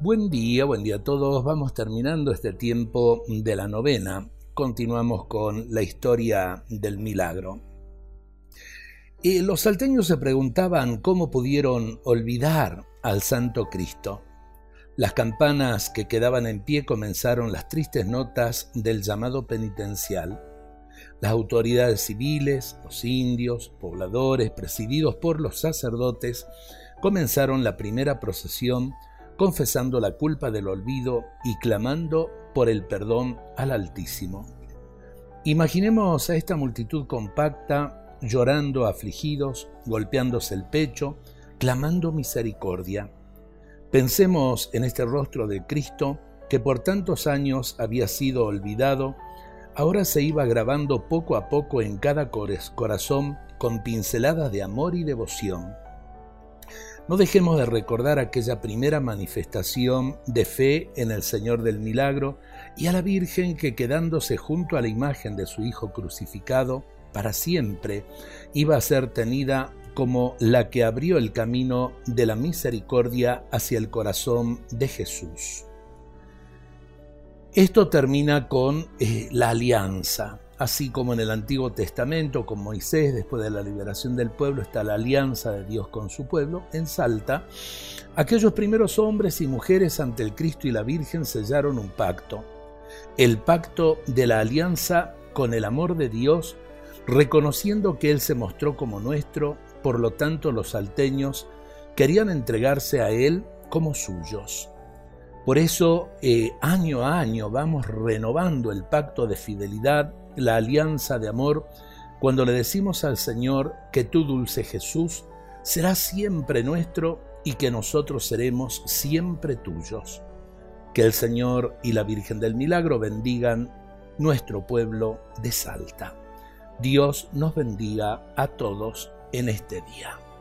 Buen día a todos. Vamos terminando este tiempo de la novena. Continuamos con la historia del milagro. Los salteños se preguntaban cómo pudieron olvidar al Santo Cristo. Las campanas que quedaban en pie comenzaron las tristes notas del llamado penitencial. Las autoridades civiles, los indios, pobladores, presididos por los sacerdotes, comenzaron la primera procesión confesando la culpa del olvido y clamando por el perdón al Altísimo. Imaginemos a esta multitud compacta, llorando afligidos, golpeándose el pecho, clamando misericordia. Pensemos en este rostro de Cristo que por tantos años había sido olvidado, ahora se iba grabando poco a poco en cada corazón con pinceladas de amor y devoción. No dejemos de recordar aquella primera manifestación de fe en el Señor del Milagro y a la Virgen que, quedándose junto a la imagen de su Hijo crucificado, para siempre iba a ser tenida como la que abrió el camino de la misericordia hacia el corazón de Jesús. Esto termina con la alianza. Así como en el Antiguo Testamento, con Moisés, después de la liberación del pueblo, está la alianza de Dios con su pueblo. En Salta, aquellos primeros hombres y mujeres ante el Cristo y la Virgen sellaron un pacto. El pacto de la alianza con el amor de Dios, reconociendo que Él se mostró como nuestro, por lo tanto los salteños querían entregarse a Él como suyos. Por eso, año a año vamos renovando el pacto de fidelidad, la alianza de amor, cuando le decimos al Señor que tú, dulce Jesús, serás siempre nuestro y que nosotros seremos siempre tuyos. Que el Señor y la Virgen del Milagro bendigan nuestro pueblo de Salta. Dios nos bendiga a todos en este día.